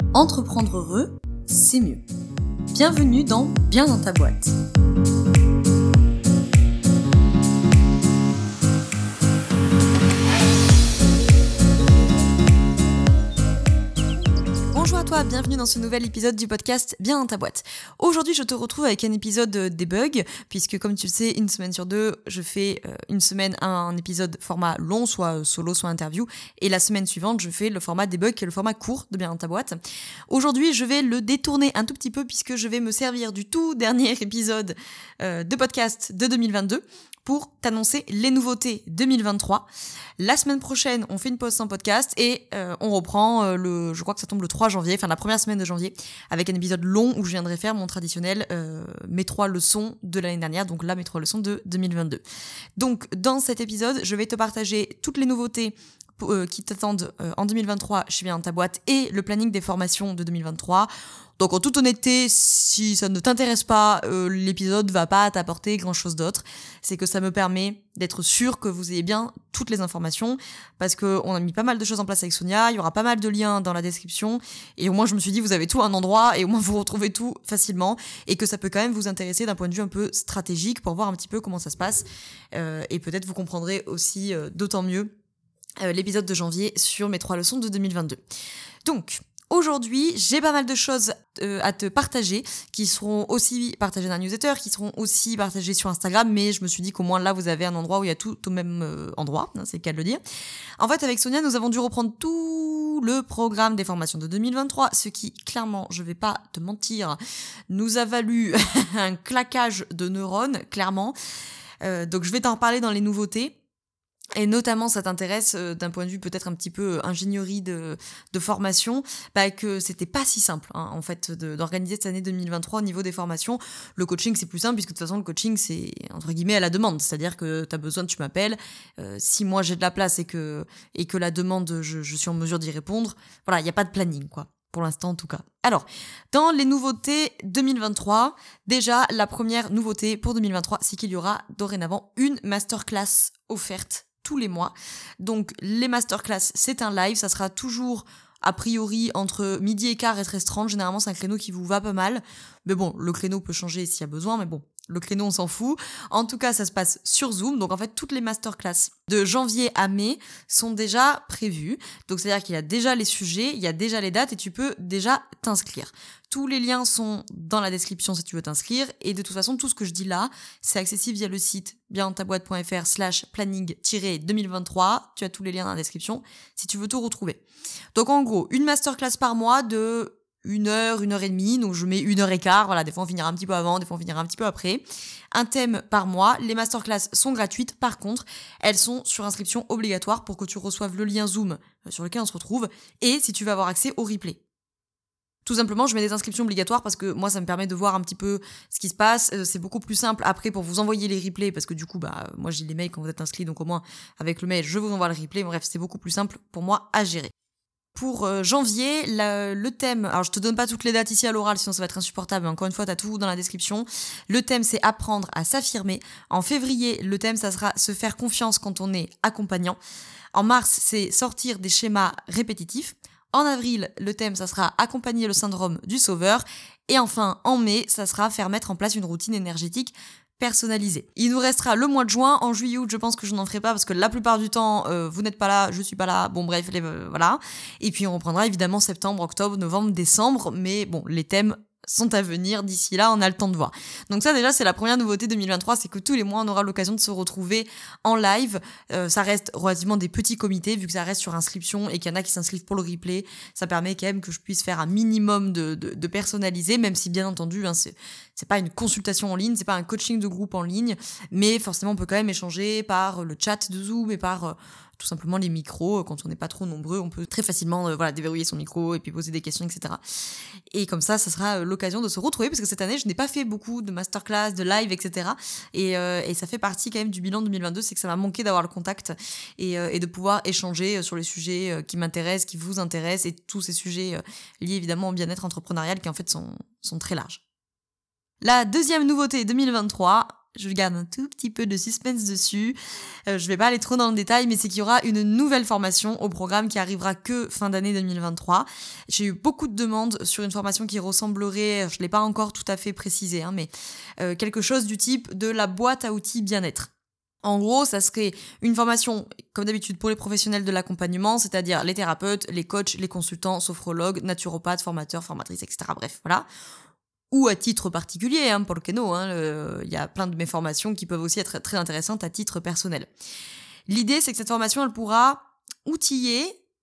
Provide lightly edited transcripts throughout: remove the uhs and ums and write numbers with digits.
Entreprendre heureux, c'est mieux. Bienvenue dans Bien dans ta boîte. Bonjour à toi, bienvenue dans ce nouvel épisode du podcast Bien dans ta boîte. Aujourd'hui, je te retrouve avec un épisode debug, puisque comme tu le sais, une semaine sur deux, je fais une semaine un épisode format long, soit solo, soit interview, et la semaine suivante, je fais le format debug, qui est le format court de Bien dans ta boîte. Aujourd'hui, je vais le détourner un tout petit peu, puisque je vais me servir du tout dernier épisode de podcast de 2022 pour t'annoncer les nouveautés 2023. La semaine prochaine, on fait une pause sans podcast et on reprend je crois que ça tombe le 3 janvier, enfin la première semaine de janvier, avec un épisode long où je viendrai faire mon traditionnel mes 3 leçons de l'année dernière, donc là mes 3 leçons de 2022. Donc dans cet épisode, je vais te partager toutes les nouveautés qui t'attendent en 2023 chez Bien dans ta boîte et le planning des formations de 2023. Donc en toute honnêteté, si ça ne t'intéresse pas, l'épisode va pas t'apporter grand chose d'autre. C'est que ça me permet d'être sûr que vous ayez bien toutes les informations, parce que on a mis pas mal de choses en place avec Sonia, il y aura pas mal de liens dans la description, et au moins je me suis dit vous avez tout à un endroit, et au moins vous retrouvez tout facilement, et que ça peut quand même vous intéresser d'un point de vue un peu stratégique pour voir un petit peu comment ça se passe, et peut-être vous comprendrez aussi d'autant mieux l'épisode de janvier sur mes 3 leçons de 2022. Donc, aujourd'hui, j'ai pas mal de choses à te partager, qui seront aussi partagées dans la newsletter, qui seront aussi partagées sur Instagram, mais je me suis dit qu'au moins là, vous avez un endroit où il y a tout au même endroit, hein, c'est le cas de le dire. En fait, avec Sonia, nous avons dû reprendre tout le programme des formations de 2023, ce qui, clairement, je vais pas te mentir, nous a valu un claquage de neurones, clairement. Donc je vais t'en reparler dans les nouveautés. Et notamment, ça t'intéresse d'un point de vue peut-être un petit peu ingénierie de formation, que c'était pas si simple, hein, en fait, d'organiser cette année 2023 au niveau des formations. Le coaching, c'est plus simple, puisque de toute façon, le coaching, c'est, entre guillemets, à la demande. C'est-à-dire que t'as besoin, tu m'appelles. Si moi, j'ai de la place et que la demande, je suis en mesure d'y répondre, voilà, il n'y a pas de planning, quoi. Pour l'instant, en tout cas. Alors, dans les nouveautés 2023, déjà, la première nouveauté pour 2023, c'est qu'il y aura dorénavant une masterclass offerte tous les mois. Donc, les masterclass, c'est un live, ça sera toujours a priori entre midi et quart et 13h30. Généralement, c'est un créneau qui vous va pas mal. Mais bon, le créneau peut changer s'il y a besoin, mais bon, le créneau, on s'en fout. En tout cas, ça se passe sur Zoom. Donc, en fait, toutes les masterclass de janvier à mai sont déjà prévues. Donc, c'est-à-dire qu'il y a déjà les sujets, il y a déjà les dates et tu peux déjà t'inscrire. Tous les liens sont dans la description si tu veux t'inscrire. Et de toute façon, tout ce que je dis là, c'est accessible via le site biendantaboîte.fr/planning-2023. Tu as tous les liens dans la description si tu veux tout retrouver. Donc, en gros, une masterclass par mois de 1 heure, 1 heure et demie, donc je mets 1h15, voilà, des fois on finira un petit peu avant, des fois on finira un petit peu après. Un thème par mois, les masterclass sont gratuites, par contre, elles sont sur inscription obligatoire pour que tu reçoives le lien Zoom sur lequel on se retrouve, et si tu veux avoir accès au replay. Tout simplement, je mets des inscriptions obligatoires parce que moi, ça me permet de voir un petit peu ce qui se passe. C'est beaucoup plus simple après pour vous envoyer les replays parce que du coup, moi, j'ai les mails quand vous êtes inscrits, donc au moins, avec le mail, je vous envoie le replay. Bref, c'est beaucoup plus simple pour moi à gérer. Pour janvier, le thème, alors je te donne pas toutes les dates ici à l'oral, sinon ça va être insupportable, encore une fois, t'as tout dans la description. Le thème, c'est apprendre à s'affirmer. En février, le thème, ça sera se faire confiance quand on est accompagnant. En mars, c'est sortir des schémas répétitifs. En avril, le thème, ça sera accompagner le syndrome du sauveur. Et enfin, en mai, ça sera faire mettre en place une routine énergétique personnalisée. Il nous restera le mois de juin. En juillet, août, je pense que je n'en ferai pas parce que la plupart du temps, vous n'êtes pas là, je suis pas là. Bon, bref, voilà. Et puis, on reprendra évidemment septembre, octobre, novembre, décembre. Mais bon, les thèmes sont à venir. D'ici là, on a le temps de voir. Donc ça, déjà, c'est la première nouveauté 2023, c'est que tous les mois, on aura l'occasion de se retrouver en live. Ça reste relativement des petits comités, vu que ça reste sur inscription et qu'il y en a qui s'inscrivent pour le replay. Ça permet quand même que je puisse faire un minimum de personnalisé, même si, bien entendu, hein, c'est pas une consultation en ligne, c'est pas un coaching de groupe en ligne, mais forcément, on peut quand même échanger par le chat de Zoom et par tout simplement les micros. Quand on n'est pas trop nombreux, on peut très facilement déverrouiller son micro et puis poser des questions, etc. Et comme ça sera l'occasion de se retrouver, parce que cette année, je n'ai pas fait beaucoup de masterclass, de live, etc. Et ça fait partie quand même du bilan 2022, c'est que ça m'a manqué d'avoir le contact et de pouvoir échanger sur les sujets qui m'intéressent, qui vous intéressent, et tous ces sujets liés évidemment au bien-être entrepreneurial qui en fait sont très larges. La deuxième nouveauté 2023, je garde un tout petit peu de suspense dessus. Je vais pas aller trop dans le détail, mais c'est qu'il y aura une nouvelle formation au programme qui arrivera que fin d'année 2023. J'ai eu beaucoup de demandes sur une formation qui ressemblerait, je l'ai pas encore tout à fait précisé, mais quelque chose du type de la boîte à outils bien-être. En gros, ça serait une formation, comme d'habitude, pour les professionnels de l'accompagnement, c'est-à-dire les thérapeutes, les coachs, les consultants, sophrologues, naturopathes, formateurs, formatrices, etc. Bref, voilà. Ou à titre particulier, pour le no, y a plein de mes formations qui peuvent aussi être très intéressantes à titre personnel. L'idée, c'est que cette formation, elle pourra outiller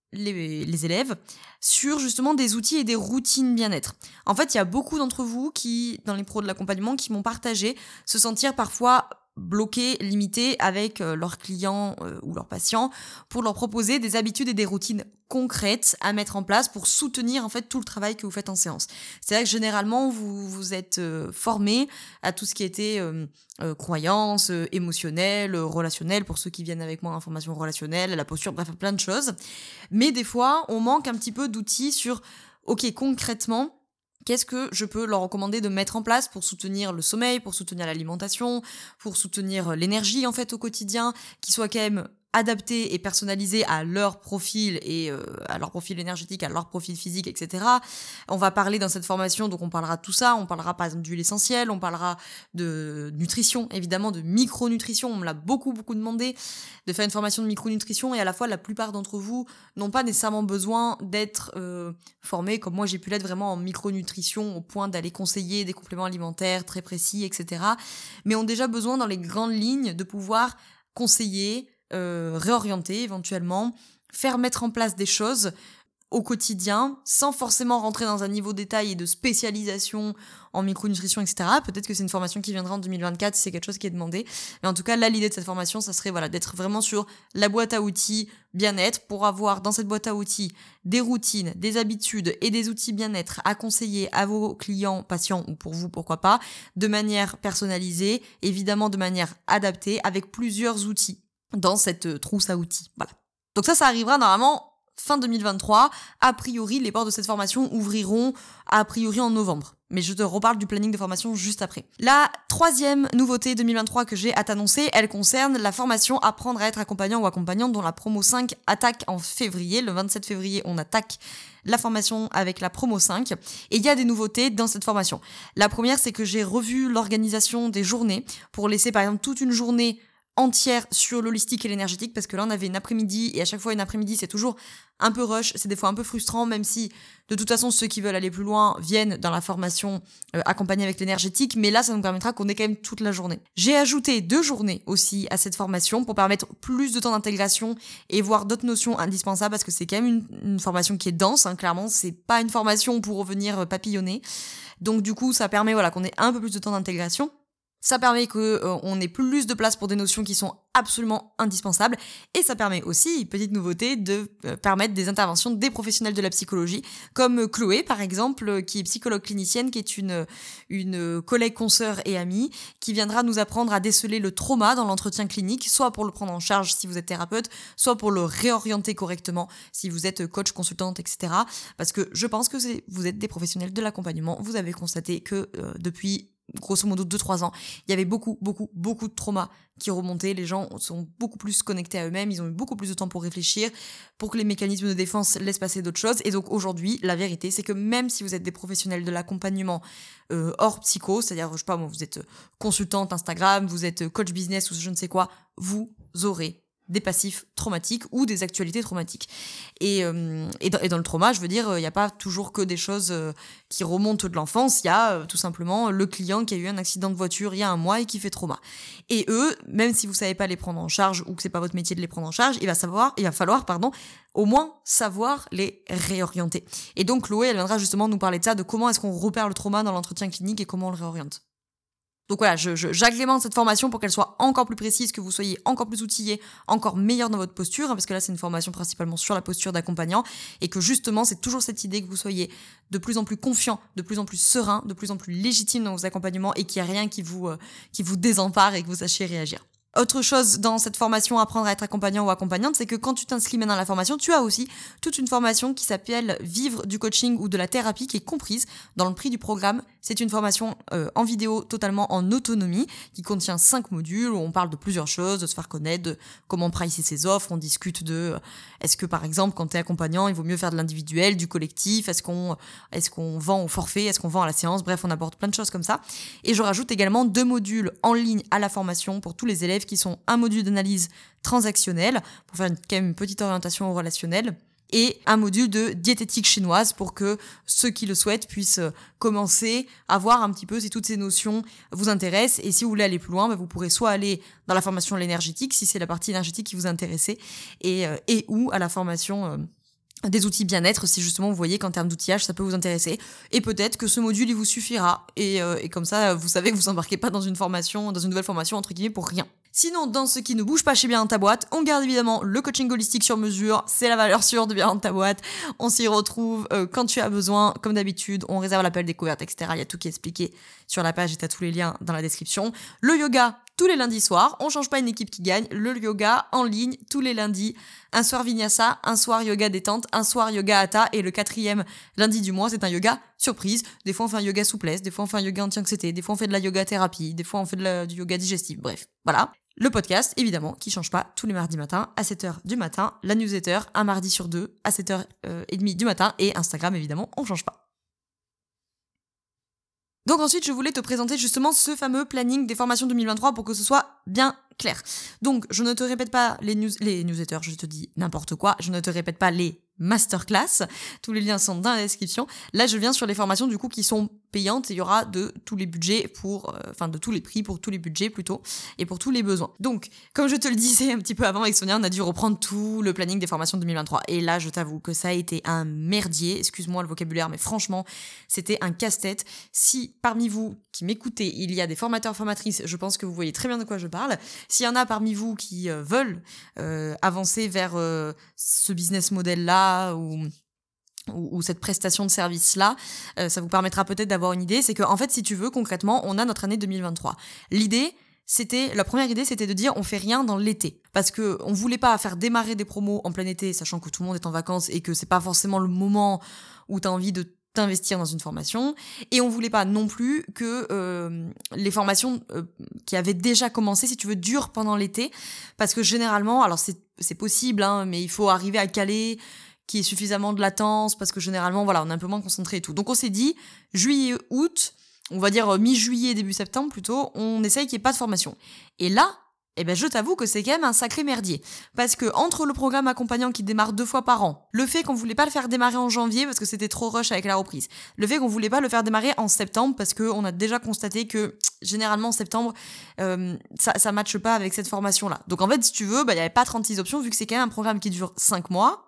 les élèves sur justement des outils et des routines bien-être. En fait, il y a beaucoup d'entre vous qui, dans les pros de l'accompagnement, qui m'ont partagé se sentir parfois bloqués, limités avec leurs clients ou leurs patients pour leur proposer des habitudes et des routines concrètes à mettre en place pour soutenir en fait tout le travail que vous faites en séance. C'est-à-dire que généralement vous êtes formés à tout ce qui était croyances, émotionnelles, relationnelles pour ceux qui viennent avec moi en formation relationnelle, la posture, bref plein de choses. Mais des fois on manque un petit peu d'outils sur ok concrètement qu'est-ce que je peux leur recommander de mettre en place pour soutenir le sommeil, pour soutenir l'alimentation, pour soutenir l'énergie en fait au quotidien, qui soit quand même adapté et personnalisé à leur profil et à leur profil énergétique, à leur profil physique, etc. On va parler dans cette formation, donc on parlera de tout ça, on parlera par exemple d'huile essentielle, on parlera de nutrition, évidemment de micronutrition, on me l'a beaucoup demandé de faire une formation de micronutrition et à la fois la plupart d'entre vous n'ont pas nécessairement besoin d'être formés comme moi j'ai pu l'être vraiment en micronutrition au point d'aller conseiller des compléments alimentaires très précis, etc. Mais ont déjà besoin dans les grandes lignes de pouvoir conseiller, réorienter éventuellement, faire mettre en place des choses au quotidien, sans forcément rentrer dans un niveau de détail et de spécialisation en micronutrition, etc. Peut-être que c'est une formation qui viendra en 2024 si c'est quelque chose qui est demandé. Mais en tout cas, là, l'idée de cette formation, ça serait d'être vraiment sur la boîte à outils bien-être pour avoir dans cette boîte à outils des routines, des habitudes et des outils bien-être à conseiller à vos clients, patients ou pour vous, pourquoi pas, de manière personnalisée, évidemment de manière adaptée, avec plusieurs outils dans cette trousse à outils. Voilà. Donc ça arrivera normalement fin 2023, a priori, les portes de cette formation ouvriront a priori en novembre. Mais je te reparle du planning de formation juste après. La troisième nouveauté 2023 que j'ai à t'annoncer, elle concerne la formation Apprendre à être accompagnant ou accompagnante dont la promo 5 attaque en février. Le 27 février, on attaque la formation avec la promo 5. Et il y a des nouveautés dans cette formation. La première, c'est que j'ai revu l'organisation des journées pour laisser par exemple toute une journée entière sur l'holistique et l'énergétique, parce que là on avait une après-midi et à chaque fois une après-midi c'est toujours un peu rush, c'est des fois un peu frustrant, même si de toute façon ceux qui veulent aller plus loin viennent dans la formation accompagnée avec l'énergétique, mais là ça nous permettra qu'on ait quand même toute la journée. J'ai ajouté 2 journées aussi à cette formation pour permettre plus de temps d'intégration et voir d'autres notions indispensables, parce que c'est quand même une formation qui est dense, clairement c'est pas une formation pour revenir papillonner, donc du coup ça permet qu'on ait un peu plus de temps d'intégration. Ça permet qu'on ait plus de place pour des notions qui sont absolument indispensables. Et ça permet aussi, petite nouveauté, de permettre des interventions des professionnels de la psychologie, comme Chloé, par exemple, qui est psychologue clinicienne, qui est une collègue, consoeur et amie, qui viendra nous apprendre à déceler le trauma dans l'entretien clinique, soit pour le prendre en charge si vous êtes thérapeute, soit pour le réorienter correctement si vous êtes coach, consultante, etc. Parce que je pense que vous êtes des professionnels de l'accompagnement. Vous avez constaté que depuis grosso modo 2-3 ans, il y avait beaucoup de traumas qui remontaient, les gens sont beaucoup plus connectés à eux-mêmes, ils ont eu beaucoup plus de temps pour réfléchir, pour que les mécanismes de défense laissent passer d'autres choses, et donc aujourd'hui, la vérité, c'est que même si vous êtes des professionnels de l'accompagnement hors psycho, c'est-à-dire, je sais pas moi, vous êtes consultante Instagram, vous êtes coach business ou je ne sais quoi, vous aurez des passifs traumatiques ou des actualités traumatiques. Et dans le trauma, je veux dire, il n'y a pas toujours que des choses qui remontent de l'enfance, il y a tout simplement le client qui a eu un accident de voiture il y a 1 mois et qui fait trauma. Et eux, même si vous savez pas les prendre en charge ou que c'est pas votre métier de les prendre en charge, il va falloir, au moins savoir les réorienter. Et donc Chloé, elle viendra justement nous parler de ça, de comment est-ce qu'on repère le trauma dans l'entretien clinique et comment on le réoriente. Donc voilà, j'agrémente cette formation pour qu'elle soit encore plus précise, que vous soyez encore plus outillés, encore meilleur dans votre posture, parce que là c'est une formation principalement sur la posture d'accompagnant, et que justement c'est toujours cette idée que vous soyez de plus en plus confiant, de plus en plus serein, de plus en plus légitime dans vos accompagnements, et qu'il n'y a rien qui vous désempare et que vous sachiez réagir. Autre chose dans cette formation Apprendre à être accompagnant ou accompagnante, c'est que quand tu t'inscris maintenant à la formation, tu as aussi toute une formation qui s'appelle Vivre du coaching ou de la thérapie, qui est comprise dans le prix du programme C'est une formation en vidéo totalement en autonomie qui contient 5 modules où on parle de plusieurs choses, de se faire connaître, de comment pricer ses offres, on discute de est-ce que par exemple quand t'es accompagnant il vaut mieux faire de l'individuel, du collectif, est-ce qu'on vend au forfait, est-ce qu'on vend à la séance, bref on aborde plein de choses comme ça. Et je rajoute également 2 modules en ligne à la formation pour tous les élèves qui sont un module d'analyse transactionnelle pour faire quand même une petite orientation au relationnel et un module de diététique chinoise pour que ceux qui le souhaitent puissent commencer à voir un petit peu si toutes ces notions vous intéressent. Et si vous voulez aller plus loin, vous pourrez soit aller dans la formation l'énergétique, si c'est la partie énergétique qui vous intéresse, et ou à la formation des outils bien-être, si justement vous voyez qu'en termes d'outillage, ça peut vous intéresser. Et peut-être que ce module, il vous suffira. Et comme ça, vous savez que vous embarquez pas dans une nouvelle formation, entre guillemets, pour rien. Sinon, dans ce qui ne bouge pas chez Bien dans ta boîte, on garde évidemment le coaching holistique sur mesure, c'est la valeur sûre de Bien dans ta boîte. On s'y retrouve quand tu as besoin, comme d'habitude, on réserve l'appel découverte, etc. Il y a tout qui est expliqué sur la page et t'as tous les liens dans la description. Le yoga, tous les lundis soirs, on change pas une équipe qui gagne, le yoga en ligne tous les lundis, un soir vinyasa, un soir yoga détente, un soir yoga hatha et le 4e lundi du mois, c'est un yoga surprise. Des fois on fait un yoga souplesse, des fois on fait un yoga anti-anxiété, des fois on fait de la yoga thérapie, des fois on fait du yoga digestif, bref, voilà. Le podcast, évidemment, qui change pas tous les mardis matins à 7h du matin, la newsletter un mardi sur 2 à 7h30 du matin et Instagram, évidemment, on change pas. Donc ensuite, je voulais te présenter justement ce fameux planning des formations 2023 pour que ce soit bien clair. Donc, je ne te répète pas les newsletters, je te dis n'importe quoi, je ne te répète pas les masterclass, tous les liens sont dans la description. Là, je viens sur les formations du coup qui sont payantes et il y aura de tous les budgets de tous les prix pour tous les budgets plutôt et pour tous les besoins. Donc, comme je te le disais un petit peu avant avec Sonia, on a dû reprendre tout le planning des formations 2023 et là, je t'avoue que ça a été un merdier, excuse-moi le vocabulaire, mais franchement, c'était un casse-tête. Si parmi vous qui m'écoutez, il y a des formateurs, formatrices, je pense que vous voyez très bien de quoi je parle. S'il y en a parmi vous qui veulent avancer vers ce business model-là, ou cette prestation de service-là, ça vous permettra peut-être d'avoir une idée. C'est que, en fait, si tu veux, concrètement, on a notre année 2023. La première idée, c'était de dire on fait rien dans l'été. Parce que on voulait pas faire démarrer des promos en plein été, sachant que tout le monde est en vacances et que c'est pas forcément le moment où t'as envie de t'investir dans une formation. Et on voulait pas non plus que les formations qui avaient déjà commencé, si tu veux, durent pendant l'été. Parce que généralement, alors c'est possible, hein, mais il faut arriver à caler qu'il y ait suffisamment de latence, parce que généralement, voilà, on est un peu moins concentré et tout. Donc on s'est dit, juillet, août, on va dire mi-juillet, début septembre plutôt, on essaye qu'il n'y ait pas de formation. Et là, je t'avoue que c'est quand même un sacré merdier. Parce que entre le programme accompagnant qui démarre 2 fois par an, le fait qu'on voulait pas le faire démarrer en janvier parce que c'était trop rush avec la reprise, le fait qu'on voulait pas le faire démarrer en septembre parce qu'on a déjà constaté que généralement en septembre, ça matche pas avec cette formation-là. Donc en fait, si tu veux, il y avait pas 36 options vu que c'est quand même un programme qui dure 5 mois.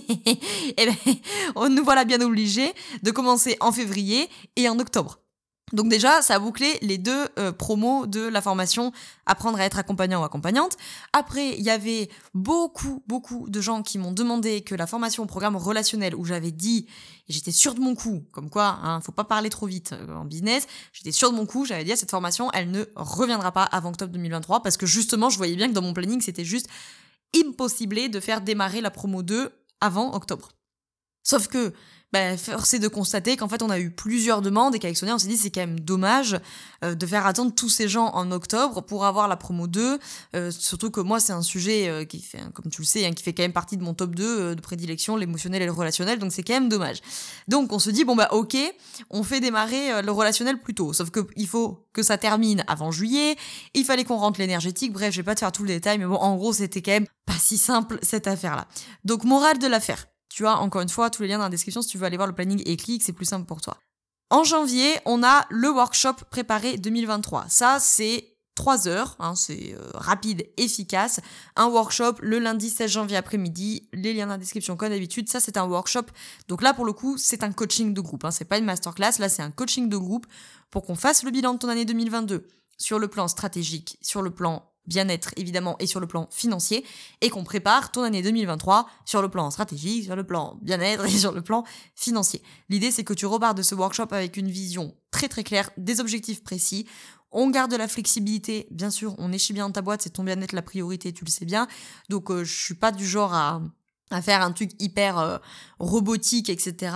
On nous voilà bien obligés de commencer en février et en octobre. Donc déjà, ça a bouclé les 2 promos de la formation Apprendre à être accompagnant ou accompagnante. Après, il y avait beaucoup de gens qui m'ont demandé que la formation au programme relationnel où j'avais dit, et j'étais sûre de mon coup, comme quoi, faut pas parler trop vite en business, j'étais sûre de mon coup, j'avais dit cette formation, elle ne reviendra pas avant octobre 2023 parce que justement, je voyais bien que dans mon planning, c'était juste impossible de faire démarrer la promo 2 avant octobre. Sauf que, force est de constater qu'en fait, on a eu plusieurs demandes et qu'avec Sonia, on s'est dit c'est quand même dommage de faire attendre tous ces gens en octobre pour avoir la promo 2. Surtout que moi, c'est un sujet qui fait, comme tu le sais, qui fait quand même partie de mon top 2 de prédilection, l'émotionnel et le relationnel, donc c'est quand même dommage. Donc on se dit, ok, on fait démarrer le relationnel plus tôt. Sauf que il faut que ça termine avant juillet, il fallait qu'on rentre l'énergétique, bref, je vais pas te faire tout le détail, mais bon, en gros, c'était quand même pas si simple cette affaire-là. Donc, morale de l'affaire. Tu as, encore une fois, tous les liens dans la description si tu veux aller voir le planning écrit, c'est plus simple pour toi. En janvier, on a le workshop préparé 2023. Ça, c'est 3 heures, c'est rapide, efficace. Un workshop le lundi 16 janvier après-midi, les liens dans la description comme d'habitude. Ça, c'est un workshop. Donc là, pour le coup, c'est un coaching de groupe. C'est pas une masterclass, là, c'est un coaching de groupe pour qu'on fasse le bilan de ton année 2022 sur le plan stratégique, sur le plan bien-être évidemment et sur le plan financier et qu'on prépare ton année 2023 sur le plan stratégique, sur le plan bien-être et sur le plan financier. L'idée c'est que tu repars de ce workshop avec une vision très très claire, des objectifs précis. On garde de la flexibilité, bien sûr, on est chez Bien dans ta boîte, c'est ton bien-être la priorité, tu le sais bien. Donc je suis pas du genre à faire un truc hyper robotique, etc.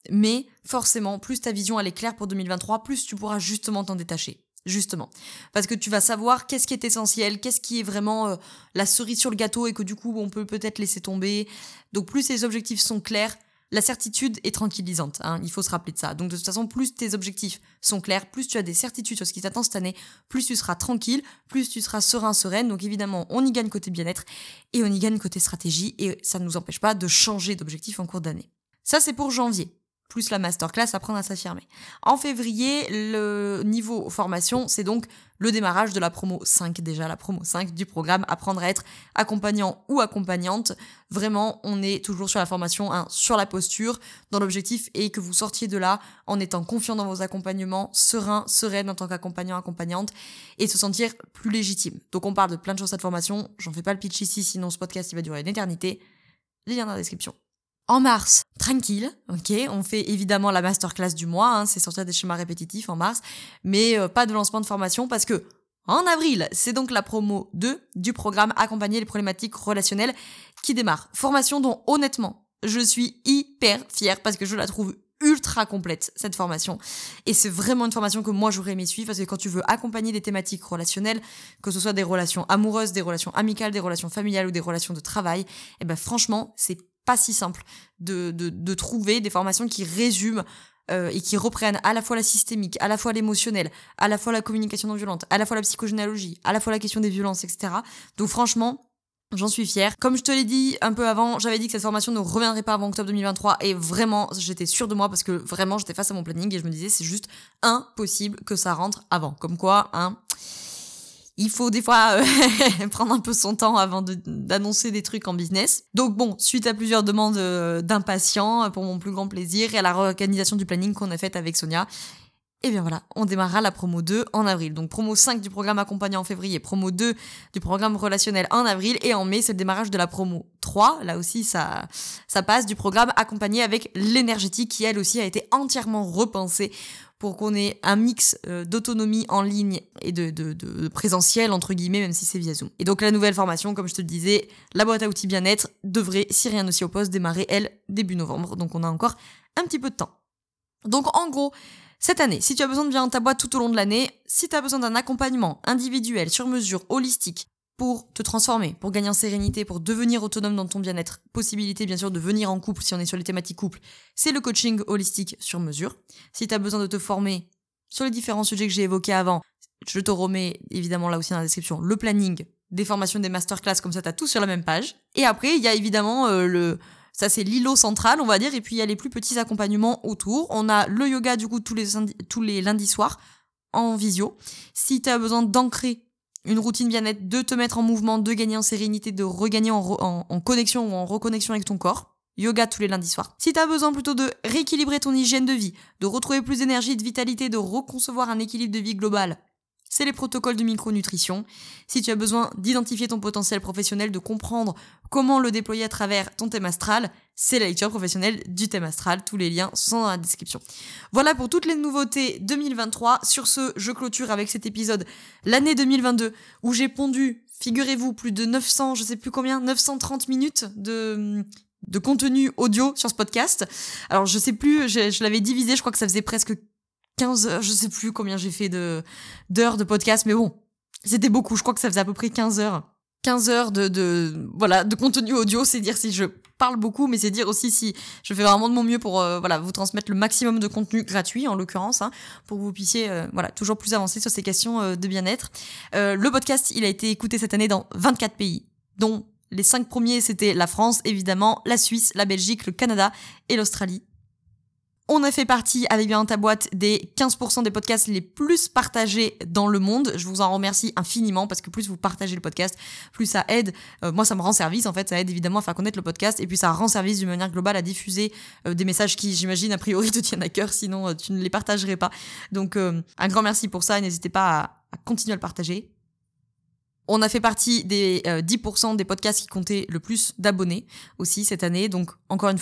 Mais forcément, plus ta vision elle est claire pour 2023, plus tu pourras justement t'en détacher. Justement. Parce que tu vas savoir qu'est-ce qui est essentiel, qu'est-ce qui est vraiment la cerise sur le gâteau et que du coup on peut peut-être laisser tomber. Donc plus ces objectifs sont clairs, la certitude est tranquillisante, hein, il faut se rappeler de ça. Donc de toute façon, plus tes objectifs sont clairs, plus tu as des certitudes sur ce qui t'attend cette année, plus tu seras tranquille, plus tu seras serein, sereine. Donc évidemment, on y gagne côté bien-être et on y gagne côté stratégie et ça ne nous empêche pas de changer d'objectif en cours d'année. Ça, c'est pour janvier. Plus la masterclass, apprendre à s'affirmer. En février, le niveau formation, c'est donc le démarrage de la promo 5, déjà la promo 5 du programme Apprendre à être accompagnant ou accompagnante. Vraiment, on est toujours sur la formation, sur la posture, dans l'objectif et que vous sortiez de là en étant confiant dans vos accompagnements, serein, sereine en tant qu'accompagnant, accompagnante et se sentir plus légitime. Donc on parle de plein de choses cette formation, j'en fais pas le pitch ici, sinon ce podcast il va durer une éternité. Les liens dans la description. En mars, tranquille, ok, on fait évidemment la masterclass du mois, c'est sortir des schémas répétitifs en mars, mais pas de lancement de formation parce que en avril, c'est donc la promo 2 du programme Accompagner les problématiques relationnelles qui démarre. Formation dont honnêtement, je suis hyper fière parce que je la trouve ultra complète, cette formation. Et c'est vraiment une formation que moi j'aurais aimé suivre parce que quand tu veux accompagner des thématiques relationnelles, que ce soit des relations amoureuses, des relations amicales, des relations familiales ou des relations de travail, eh ben franchement, c'est pas si simple de trouver des formations qui résument et qui reprennent à la fois la systémique, à la fois l'émotionnel, à la fois la communication non violente, à la fois la psychogénéalogie, à la fois la question des violences, etc. Donc franchement, j'en suis fière. Comme je te l'ai dit un peu avant, j'avais dit que cette formation ne reviendrait pas avant octobre 2023 et vraiment, j'étais sûre de moi parce que vraiment, j'étais face à mon planning et je me disais c'est juste impossible que ça rentre avant. Comme quoi, il faut des fois prendre un peu son temps avant d'annoncer des trucs en business. Donc bon, suite à plusieurs demandes d'impatients, pour mon plus grand plaisir, et à la réorganisation du planning qu'on a faite avec Sonia, et bien voilà, on démarrera la promo 2 en avril. Donc promo 5 du programme accompagnant en février, promo 2 du programme relationnel en avril, et en mai, c'est le démarrage de la promo 3. Là aussi, ça passe du programme accompagné avec l'énergétique qui, elle aussi, a été entièrement repensée pour qu'on ait un mix d'autonomie en ligne et de présentiel, entre guillemets, même si c'est via Zoom. Et donc la nouvelle formation, comme je te le disais, la boîte à outils bien-être, devrait, si rien ne s'y oppose, démarrer, elle, début novembre. Donc on a encore un petit peu de temps. Donc en gros, cette année, si tu as besoin de bien ta boîte tout au long de l'année, si tu as besoin d'un accompagnement individuel, sur mesure, holistique, pour te transformer, pour gagner en sérénité, pour devenir autonome dans ton bien-être, possibilité bien sûr de venir en couple si on est sur les thématiques couple, c'est le coaching holistique sur mesure. Si tu as besoin de te former sur les différents sujets que j'ai évoqués avant, je te remets évidemment là aussi dans la description le planning des formations, des masterclass, comme ça tu as tout sur la même page. Et après, il y a évidemment ça c'est l'îlot central on va dire, et puis il y a les plus petits accompagnements autour. On a le yoga du coup tous les lundis soirs en visio. Si tu as besoin d'ancrer une routine bien-être, de te mettre en mouvement, de gagner en sérénité, de regagner en connexion ou en reconnexion avec ton corps. Yoga tous les lundis soirs. Si t'as besoin plutôt de rééquilibrer ton hygiène de vie, de retrouver plus d'énergie, de vitalité, de reconcevoir un équilibre de vie global, c'est les protocoles de micronutrition. Si tu as besoin d'identifier ton potentiel professionnel, de comprendre comment le déployer à travers ton thème astral, c'est la lecture professionnelle du thème astral. Tous les liens sont dans la description. Voilà pour toutes les nouveautés 2023. Sur ce, je clôture avec cet épisode l'année 2022 où j'ai pondu, figurez-vous, plus de 900, je sais plus combien, 930 minutes de contenu audio sur ce podcast. Alors je sais plus, je l'avais divisé, je crois que ça faisait presque 15 heures, je sais plus combien j'ai fait d'heures de podcast, mais bon, c'était beaucoup, je crois que ça faisait à peu près 15 heures. 15 heures de contenu audio, c'est dire si je parle beaucoup, mais c'est dire aussi si je fais vraiment de mon mieux pour vous transmettre le maximum de contenu gratuit, en l'occurrence, pour que vous puissiez toujours plus avancer sur ces questions de bien-être. Le podcast, il a été écouté cette année dans 24 pays, dont les 5 premiers, c'était la France, évidemment, la Suisse, la Belgique, le Canada et l'Australie. On a fait partie, avec bien ta boîte, des 15% des podcasts les plus partagés dans le monde. Je vous en remercie infiniment parce que plus vous partagez le podcast, plus ça aide. Moi, ça me rend service, en fait. Ça aide évidemment à faire connaître le podcast et puis ça rend service d'une manière globale à diffuser des messages qui, j'imagine, a priori te tiennent à cœur, sinon tu ne les partagerais pas. Donc, un grand merci pour ça et n'hésitez pas à continuer à le partager. On a fait partie des 10% des podcasts qui comptaient le plus d'abonnés aussi cette année. Donc, encore une fois,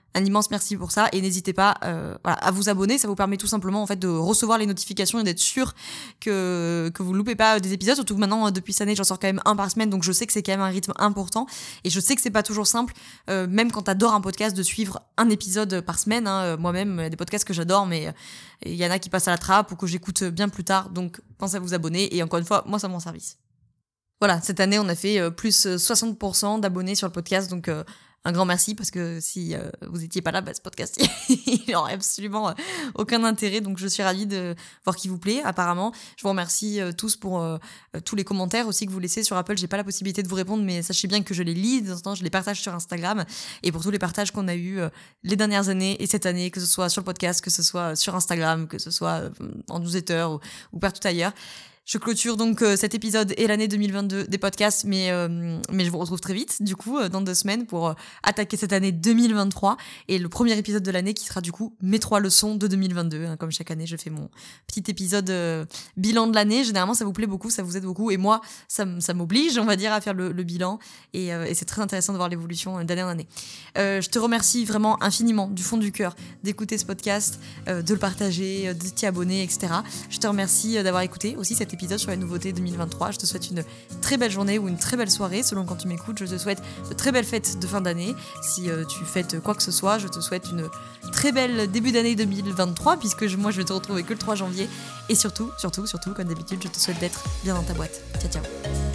Un immense merci pour ça et n'hésitez pas à vous abonner, ça vous permet tout simplement en fait de recevoir les notifications et d'être sûr que vous ne loupez pas des épisodes, surtout que maintenant depuis cette année j'en sors quand même un par semaine, donc je sais que c'est quand même un rythme important et je sais que c'est pas toujours simple, même quand t'adores un podcast, de suivre un épisode par semaine, hein. Moi-même il y a des podcasts que j'adore mais il y en a qui passent à la trappe ou que j'écoute bien plus tard, donc pensez à vous abonner et encore une fois, moi ça me rend service. Voilà, cette année on a fait plus 60% d'abonnés sur le podcast, donc un grand merci parce que si vous étiez pas là, ce podcast il aurait absolument aucun intérêt, donc je suis ravie de voir qu'il vous plaît apparemment. Je vous remercie tous pour tous les commentaires aussi que vous laissez sur Apple. J'ai pas la possibilité de vous répondre, mais sachez bien que je les lis, de temps en temps je les partage sur Instagram, et pour tous les partages qu'on a eu les dernières années et cette année, que ce soit sur le podcast, que ce soit sur Instagram, que ce soit en newsletter ou partout ailleurs. Je clôture donc cet épisode et l'année 2022 des podcasts, mais je vous retrouve très vite, du coup, dans 2 semaines pour attaquer cette année 2023 et le premier épisode de l'année qui sera du coup mes 3 leçons de 2022. Hein, comme chaque année, je fais mon petit épisode bilan de l'année. Généralement, ça vous plaît beaucoup, ça vous aide beaucoup et moi, ça m'oblige, on va dire, à faire le bilan et c'est très intéressant de voir l'évolution d'année en année. Je te remercie vraiment infiniment, du fond du cœur, d'écouter ce podcast, de le partager, de t'y abonner, etc. Je te remercie d'avoir écouté aussi cet épisode sur les nouveautés 2023. Je te souhaite une très belle journée ou une très belle soirée selon quand tu m'écoutes. Je te souhaite de très belles fêtes de fin d'année. Si tu fêtes quoi que ce soit, je te souhaite une très belle début d'année 2023 puisque moi je vais te retrouver que le 3 janvier et surtout, comme d'habitude, je te souhaite d'être bien dans ta boîte. Ciao ciao.